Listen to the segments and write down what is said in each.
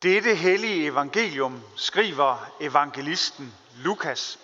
Dette hellige evangelium skriver evangelisten Lukas.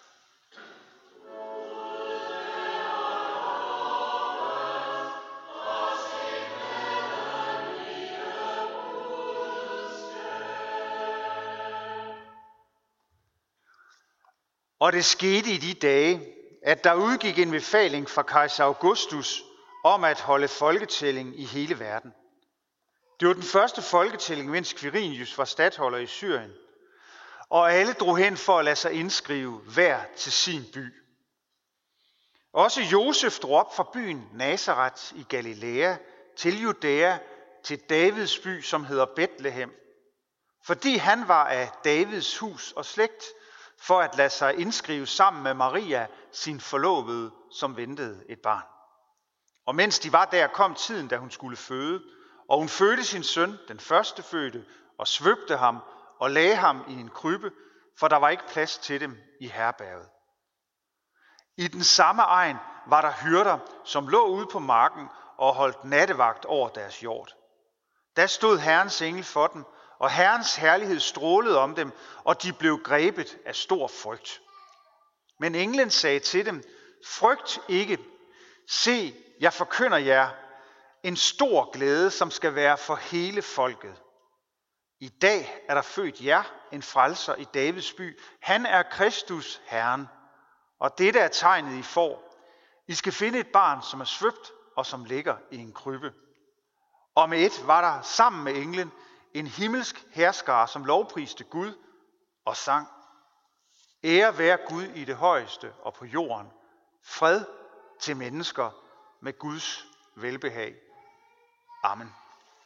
Og det skete i de dage, at der udgik en befaling fra kejser Augustus om at holde folketælling i hele verden. Det var den første folketælling, mens Quirinius var statholder i Syrien. Og alle drog hen for at lade sig indskrive hver til sin by. Også Josef drog op fra byen Nazaret i Galilea til Judæa, til Davids by, som hedder Betlehem. Fordi han var af Davids hus og slægt, for at lade sig indskrive sammen med Maria, sin forlovede, som ventede et barn. Og mens de var der, kom tiden, da hun skulle føde, og hun fødte sin søn, den førstefødte, og svøbte ham og lagde ham i en krybbe, for der var ikke plads til dem i herberget. I den samme egen var der hyrder, som lå ude på marken og holdt nattevagt over deres hjord. Der stod Herrens engel for dem, og Herrens herlighed strålede om dem, og de blev grebet af stor frygt. Men englen sagde til dem, frygt ikke, se, jeg forkynder jer en stor glæde, som skal være for hele folket. I dag er der født jer en frelser i Davids by. Han er Kristus Herren, og dette er tegnet I får. I skal finde et barn, som er svøbt og som ligger i en krybbe. Og med et var der sammen med englen en himmelsk herskare, som lovpriste Gud og sang. Ære være Gud i det højeste og på jorden. Fred til mennesker med Guds velbehag. Amen.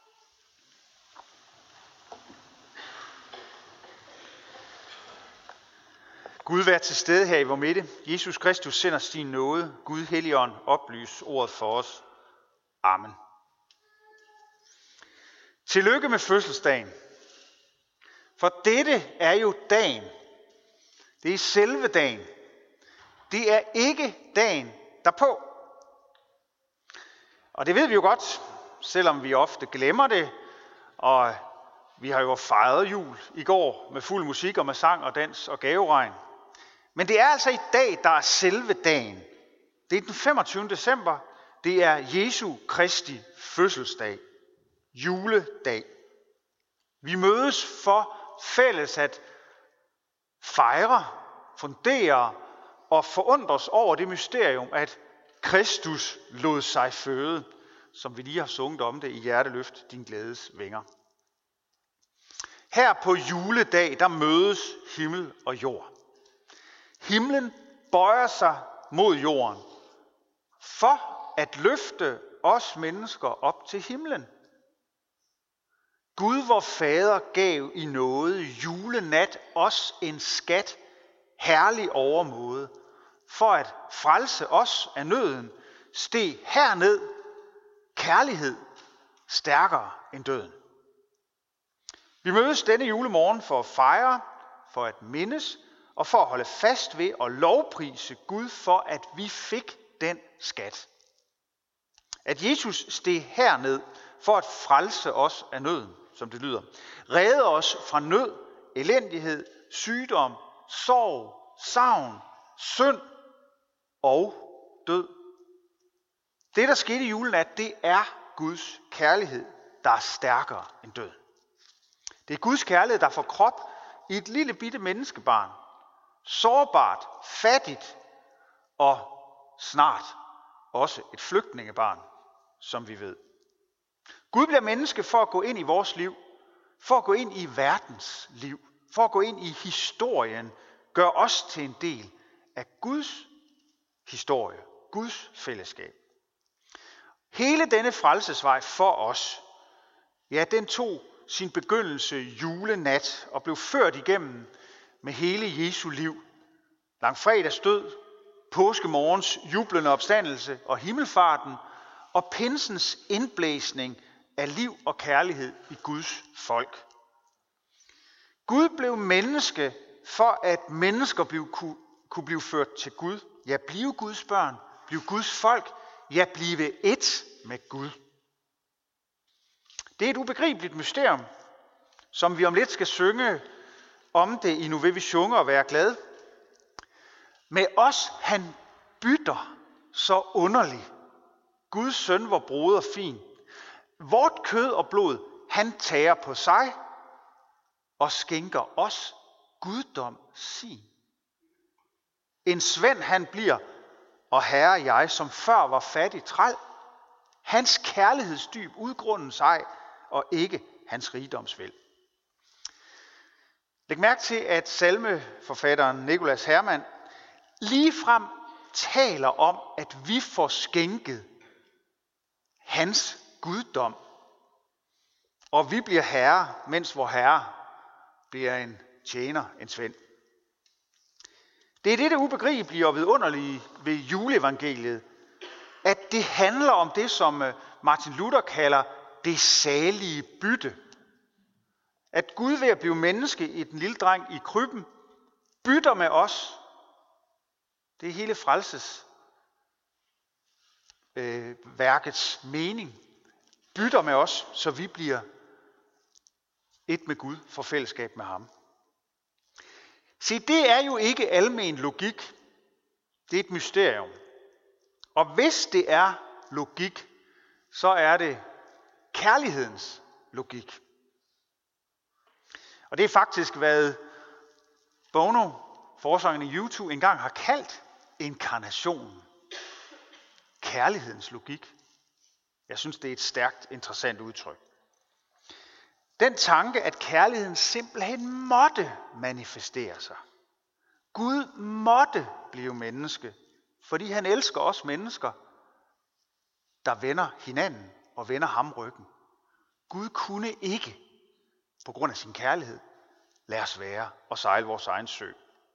Gud vær til stede her i vor midte. Jesus Kristus sender sin nåde. Gud Helligånd oplys ordet for os. Amen. Tillykke med fødselsdagen. For dette er jo dagen. Det er selve dagen. Det er ikke dagen derpå. Og det ved vi jo godt, selvom vi ofte glemmer det. Og vi har jo fejret jul i går med fuld musik og med sang og dans og gaveregn. Men det er altså i dag, der er selve dagen. Det er den 25. december. Det er Jesu Kristi fødselsdag. Juledag. Vi mødes for fælles at fejre, fundere og forundres over det mysterium, at Kristus lod sig føde, som vi lige har sunget om det i Hjerteløft, din glædes vinger. Her på juledag, der mødes himmel og jord. Himlen bøjer sig mod jorden for at løfte os mennesker op til himlen. Gud vor Fader gav i nåde julenat os en skat, herlig overmåde, for at frelse os af nøden, steg herned kærlighed stærkere end døden. Vi mødes denne julemorgen for at fejre, for at mindes og for at holde fast ved og lovprise Gud for, at vi fik den skat. At Jesus steg herned for at frelse os af nøden, som det lyder. Redde os fra nød, elendighed, sygdom, sorg, savn, synd og død. Det, der skete i julenat, det er Guds kærlighed, der er stærkere end død. Det er Guds kærlighed, der får krop i et lille bitte menneskebarn. Sårbart, fattigt og snart også et flygtningebarn, som vi ved. Gud bliver menneske for at gå ind i vores liv, for at gå ind i verdens liv, for at gå ind i historien, gør os til en del af Guds historie, Guds fællesskab. Hele denne frelsesvej for os, ja, den tog sin begyndelse julenat og blev ført igennem med hele Jesu liv. Langfredags død, påskemorgens jublende opstandelse og himmelfarten og pinsens indblæsning af liv og kærlighed i Guds folk. Gud blev menneske for at mennesker kunne blive ført til Gud. Ja, blive Guds børn, blive Guds folk, ja, blive ét med Gud. Det er et ubegribeligt mysterium, som vi om lidt skal synge om det i Nu vil vi synge og være glad. Med os han bytter så underlig. Guds søn, hvor broder fin. Vort kød og blod, han tager på sig og skænker os guddom sin. En svend han bliver, og herre jeg, som før var fattig træl. Hans kærlighedsdyb udgrunden sig, og ikke hans rigdomsvæld. Læg mærke til, at salmeforfatteren Nicolas Hermann ligefrem taler om, at vi får skænket hans guddom. Og vi bliver herre, mens vor herre bliver en tjener, en svend. Det er det ubegribelige og vidunderlige ved juleevangeliet, at det handler om det, som Martin Luther kalder det salige bytte. At Gud ved at blive menneske i den lille dreng i krybben, bytter med os. Det er hele frelses værkets mening. Bytter med os, så vi bliver et med Gud for fællesskab med ham. Se, det er jo ikke almen logik. Det er et mysterium. Og hvis det er logik, så er det kærlighedens logik. Og det er faktisk, hvad Bono, forsangeren i U2, engang har kaldt inkarnationen. Kærlighedens logik. Jeg synes, det er et stærkt, interessant udtryk. Den tanke, at kærligheden simpelthen måtte manifestere sig. Gud måtte blive menneske, fordi han elsker os mennesker, der vender hinanden og vender ham ryggen. Gud kunne ikke, på grund af sin kærlighed, lade os være og sejle vores egen sø.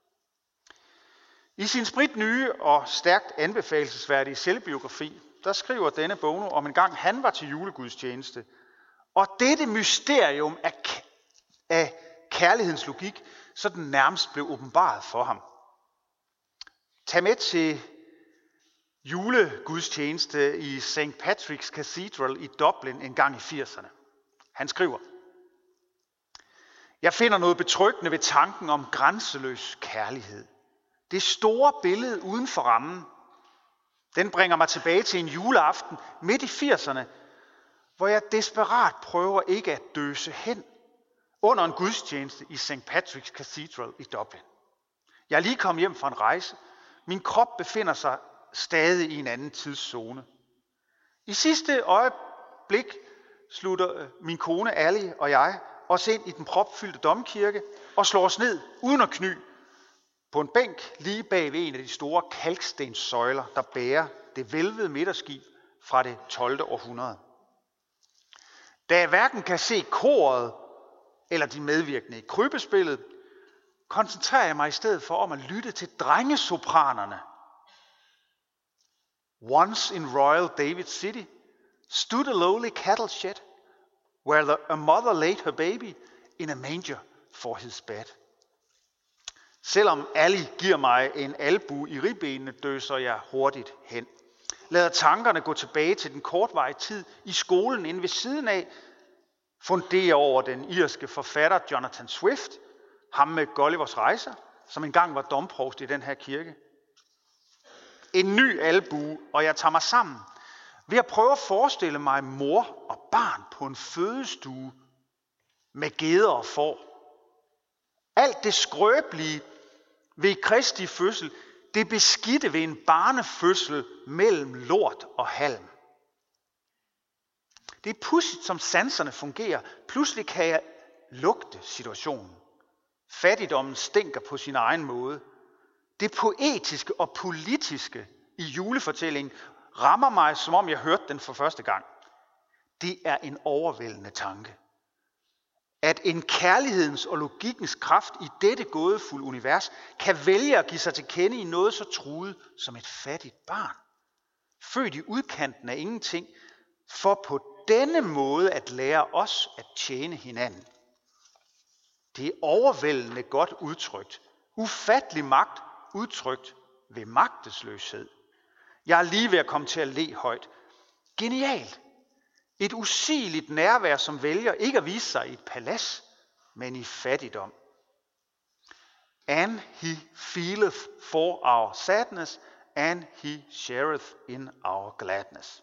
I sin spritnye og stærkt anbefalelsesværdige selvbiografi, der skriver denne Bono om en gang han var til julegudstjeneste, og dette mysterium af kærlighedens logik, så den nærmest blev åbenbaret for ham. Tag med til julegudstjeneste i St. Patrick's Cathedral i Dublin en gang i 80'erne. Han skriver: Jeg finder noget betryggende ved tanken om grænseløs kærlighed. Det store billede uden for rammen, den bringer mig tilbage til en juleaften midt i 80'erne, hvor jeg desperat prøver ikke at døse hen under en gudstjeneste i St. Patrick's Cathedral i Dublin. Jeg er lige kommet hjem fra en rejse. Min krop befinder sig stadig i en anden tidszone. I sidste øjeblik slutter min kone Ali og jeg os ind i den propfyldte domkirke og slår os ned uden at kny på en bænk lige bag ved en af de store kalkstenssøjler, der bærer det hvælvede midterskib fra det 12. århundrede. Da jeg hverken kan se koret eller de medvirkende i krybespillet, koncentrerer jeg mig i stedet for om at lytte til drengesopranerne. Once in Royal David City stood a lowly cattle shed, where a mother laid her baby in a manger for his bed. Selvom Ali giver mig en albue i ribbenene, døser jeg hurtigt hen. Lader tankerne gå tilbage til den kortvarige tid i skolen inde ved siden af, funderer over den irske forfatter Jonathan Swift, ham med Gullivers rejser, som engang var domprovst i den her kirke. En ny albue, og jeg tager mig sammen ved at prøve at forestille mig mor og barn på en fødestue med geder og får. Alt det skrøbelige ved Kristi fødsel, det beskidte ved en barnefødsel mellem lort og halm. Det er pudsigt, som sanserne fungerer. Pludselig kan jeg lugte situationen. Fattigdommen stinker på sin egen måde. Det poetiske og politiske i julefortællingen rammer mig, som om jeg hørte den for første gang. Det er en overvældende tanke. At en kærlighedens og logikkens kraft i dette gådefulde univers kan vælge at give sig til kende i noget så truet som et fattigt barn. Født i udkanten af ingenting, for på denne måde at lære os at tjene hinanden. Det er overvældende godt udtrykt. Ufattelig magt udtrykt ved magtesløshed. Jeg er lige ved at komme til at le højt. Genialt. Et usigeligt nærvær, som vælger ikke at vise sig i et palads, men i fattigdom. And he feeleth for our sadness, and he shareth in our gladness.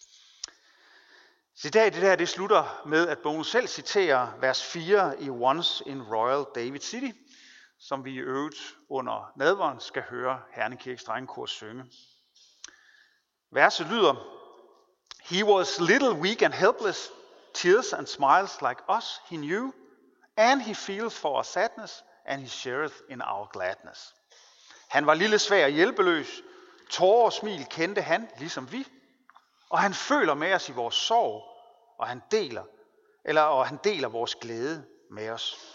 Citatet det slutter med, at Bono selv citerer vers 4 i Once in Royal David City, som vi i øvrigt under nadveren skal høre Herning Kirkes Drengekor synge. Verset lyder: He was little, weak and helpless, tears and smiles like us he knew, and he feels for our sadness, and he shareth in our gladness. Han var lille, svag og hjælpeløs. Tårer og smil kendte han, ligesom vi. Og han føler med os i vores sorg, og han deler vores glæde med os.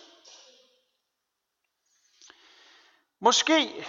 Måske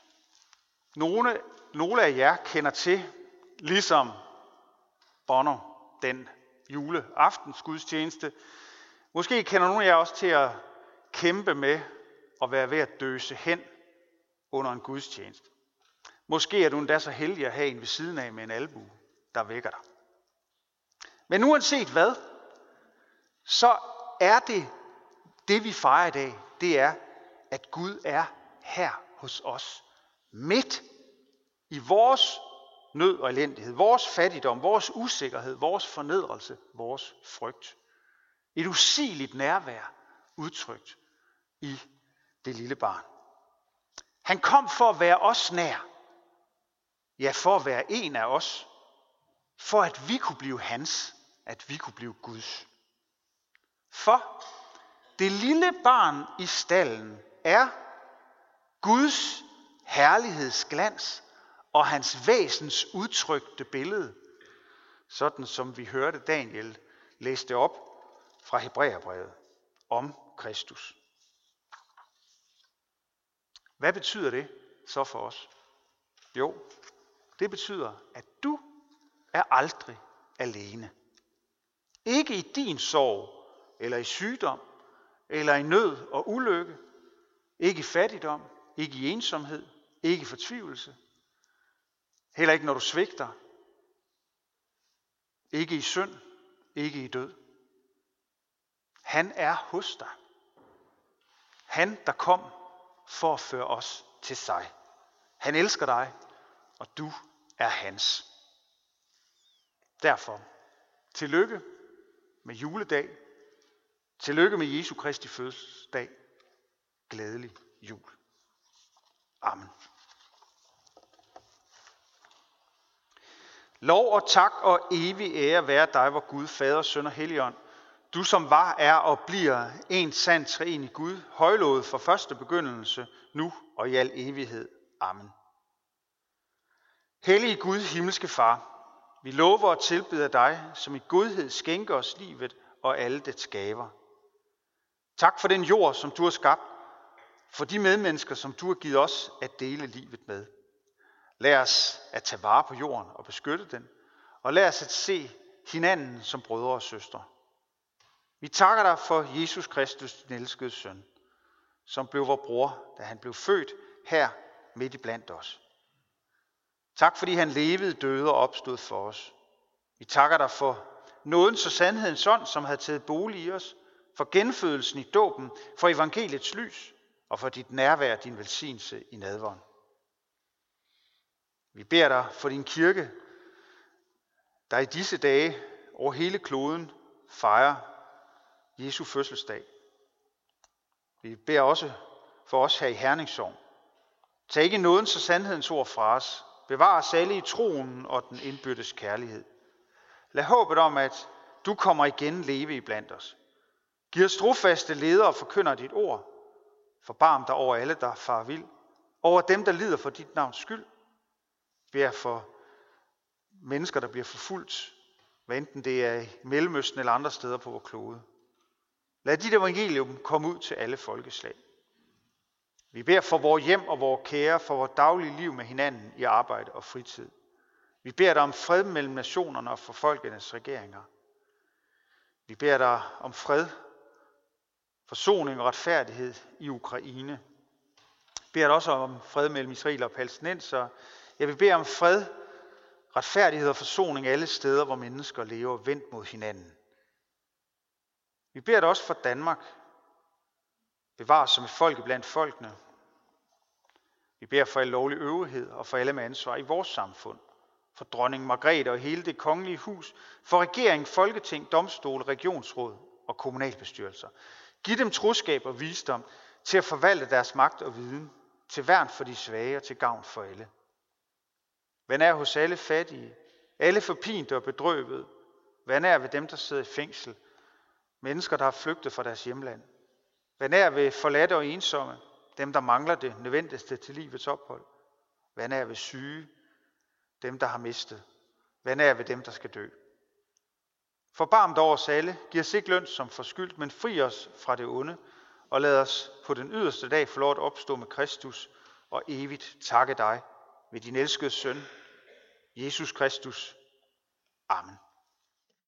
nogle af jer kender til, ligesom Bono, den juleaftensgudstjeneste. Måske kender nogle af jer også til at kæmpe med at være ved at døse hen under en gudstjeneste. Måske er du endda så heldig at have en ved siden af med en albue, der vækker dig. Men uanset hvad, så er det vi fejrer i dag, det er, at Gud er her hos os. Midt i vores nød og elendighed, vores fattigdom, vores usikkerhed, vores fornedrelse, vores frygt. Et usigeligt nærvær udtrykt i det lille barn. Han kom for at være os nær. Ja, for at være en af os. For at vi kunne blive hans. At vi kunne blive Guds. For det lille barn i stallen er Guds herlighedsglans og hans væsens udtrykte billede. Sådan som vi hørte Daniel læse det op fra Hebræerbrevet om Kristus. Hvad betyder det så for os? Jo, det betyder, at du er aldrig alene. Ikke i din sorg, eller i sygdom, eller i nød og ulykke. Ikke i fattigdom, ikke i ensomhed, ikke i fortvivlelse. Heller ikke når du svigter. Ikke i synd, ikke i død. Han er hos dig. Han, der kom for at føre os til sig. Han elsker dig, og du er hans. Derfor, tillykke med juledag. Tillykke med Jesu Kristi fødselsdag. Glædelig jul. Amen. Lov og tak og evig ære være dig, vor Gud, Fader, Søn og Helligånd. Du som var, er og bliver en sand treenig Gud, højlovet fra første begyndelse, nu og i al evighed. Amen. Hellige Gud, himmelske Far, vi lover og tilbeder dig, som i godhed skænker os livet og alle dets gaver. Tak for den jord, som du har skabt, for de medmennesker, som du har givet os at dele livet med. Lad os at tage vare på jorden og beskytte den, og lad os at se hinanden som brødre og søstre. Vi takker dig for Jesus Kristus, din elskede søn, som blev vor bror, da han blev født her midt i blandt os. Tak fordi han levede, døde og opstod for os. Vi takker dig for nådens og sandhedens ånd, som havde taget bolig i os, for genfødelsen i dåben, for evangeliets lys og for dit nærvær, din velsignelse i nadveren. Vi beder dig for din kirke, der i disse dage over hele kloden fejrer Jesu fødselsdag. Vi beder også for os her i Herning Sogn. Tag ikke nådens og sandhedens ord fra os. Bevar os alle i troen og den indbyrdes kærlighed. Lad håbet om, at du kommer igen leve i blandt os. Giv os trofaste ledere og forkynder dit ord. Forbarm dig over alle, der farer vild. Over dem, der lider for dit navns skyld. Bær for mennesker, der bliver forfulgt, hvad enten det er i Mellemøsten eller andre steder på vores klode. Lad dit evangelium komme ud til alle folkeslag. Vi beder for vores hjem og vores kære, for vores daglige liv med hinanden i arbejde og fritid. Vi beder dig om fred mellem nationerne og for folkenes regeringer. Vi beder dig om fred, forsoning og retfærdighed i Ukraine. Vi beder dig også om fred mellem Israel og palæstinenser. Jeg vil bede om fred, retfærdighed og forsoning alle steder, hvor mennesker lever vendt mod hinanden. Vi beder dig også for Danmark, Bevar os som et folk blandt folkene. Vi beder for al lovlig øvrighed og for alle med ansvar i vores samfund. For dronning Margrethe og hele det kongelige hus. For regering, folketing, domstol, regionsråd og kommunalbestyrelser. Giv dem troskab og visdom til at forvalte deres magt og viden. Til værn for de svage og til gavn for alle. Vær nær hos alle fattige, alle forpinte og bedrøvede. Vær nær ved dem, der sidder i fængsel. Mennesker, der har flygtet fra deres hjemland. Vær nær ved forladte og ensomme. Dem, der mangler det nødvendigste til livets ophold. Vær nær ved syge. Dem, der har mistet. Vær nær ved dem, der skal dø. Forbarm dig over os alle. Giv os ikke løn som forskyldt, men fri os fra det onde. Og lad os på den yderste dag få lov at opstå med Kristus og evigt takke dig ved din elskede søn, Jesus Kristus. Amen.